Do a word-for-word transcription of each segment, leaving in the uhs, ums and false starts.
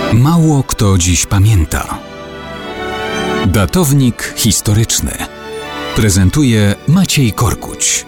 Mało kto dziś pamięta. Datownik historyczny prezentuje Maciej Korkuć.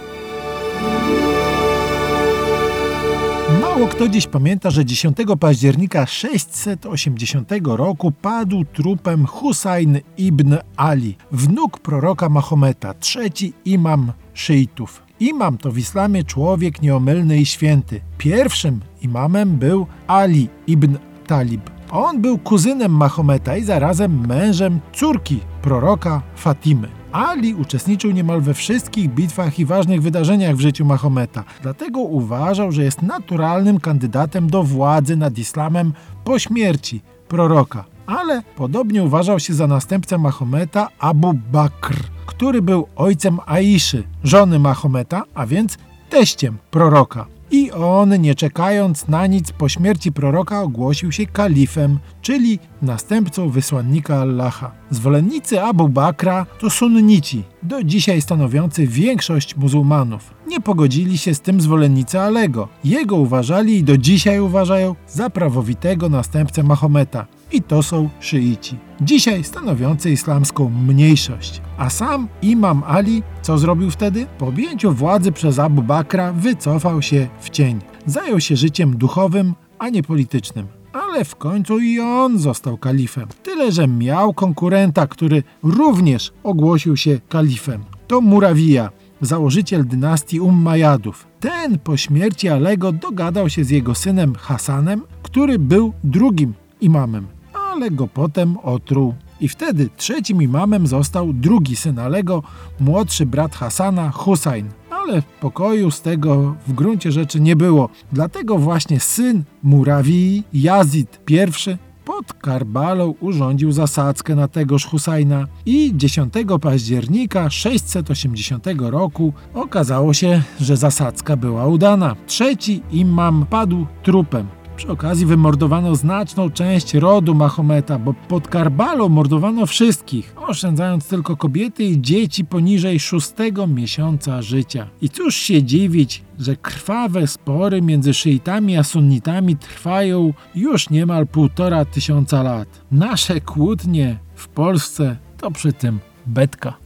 Mało kto dziś pamięta, że dziesiątego października sześćset osiemdziesiątego roku padł trupem Husayn ibn Ali, wnuk proroka Mahometa, trzeci imam szyitów. Imam to w islamie człowiek nieomylny i święty. Pierwszym imamem był Ali ibn Talib. On był kuzynem Mahometa i zarazem mężem córki proroka Fatimy. Ali uczestniczył niemal we wszystkich bitwach i ważnych wydarzeniach w życiu Mahometa. Dlatego uważał, że jest naturalnym kandydatem do władzy nad islamem po śmierci proroka. Ale podobnie uważał się za następcę Mahometa Abu Bakr, który był ojcem Aiszy, żony Mahometa, a więc teściem proroka. I on, nie czekając na nic, po śmierci proroka ogłosił się kalifem, czyli następcą wysłannika Allaha. Zwolennicy Abu Bakra to sunnici, do dzisiaj stanowiący większość muzułmanów. Nie pogodzili się z tym zwolennicy Alego. Jego uważali i do dzisiaj uważają za prawowitego następcę Mahometa. I to są szyici, dzisiaj stanowiący islamską mniejszość. A sam imam Ali, co zrobił wtedy? Po objęciu władzy przez Abu Bakra wycofał się w cień. Zajął się życiem duchowym, a nie politycznym. Ale w końcu i on został kalifem. Tyle, że miał konkurenta, który również ogłosił się kalifem. To Murawija, założyciel dynastii Ummajadów. Ten po śmierci Alego dogadał się z jego synem Hasanem, który był drugim imamem, ale go potem otruł. I wtedy trzecim imamem został drugi syn Alego, młodszy brat Hasana, Husayn. Ale pokoju z tego w gruncie rzeczy nie było. Dlatego właśnie syn Murawii, Yazid I, pod Karbalą urządził zasadzkę na tegoż Husajna i dziesiątego października sześćset osiemdziesiątego roku okazało się, że zasadzka była udana. Trzeci imam padł trupem. Przy okazji wymordowano znaczną część rodu Mahometa, bo pod Karbalą mordowano wszystkich, oszczędzając tylko kobiety i dzieci poniżej szóstego miesiąca życia. I cóż się dziwić, że krwawe spory między szyitami a sunnitami trwają już niemal półtora tysiąca lat. Nasze kłótnie w Polsce to przy tym betka.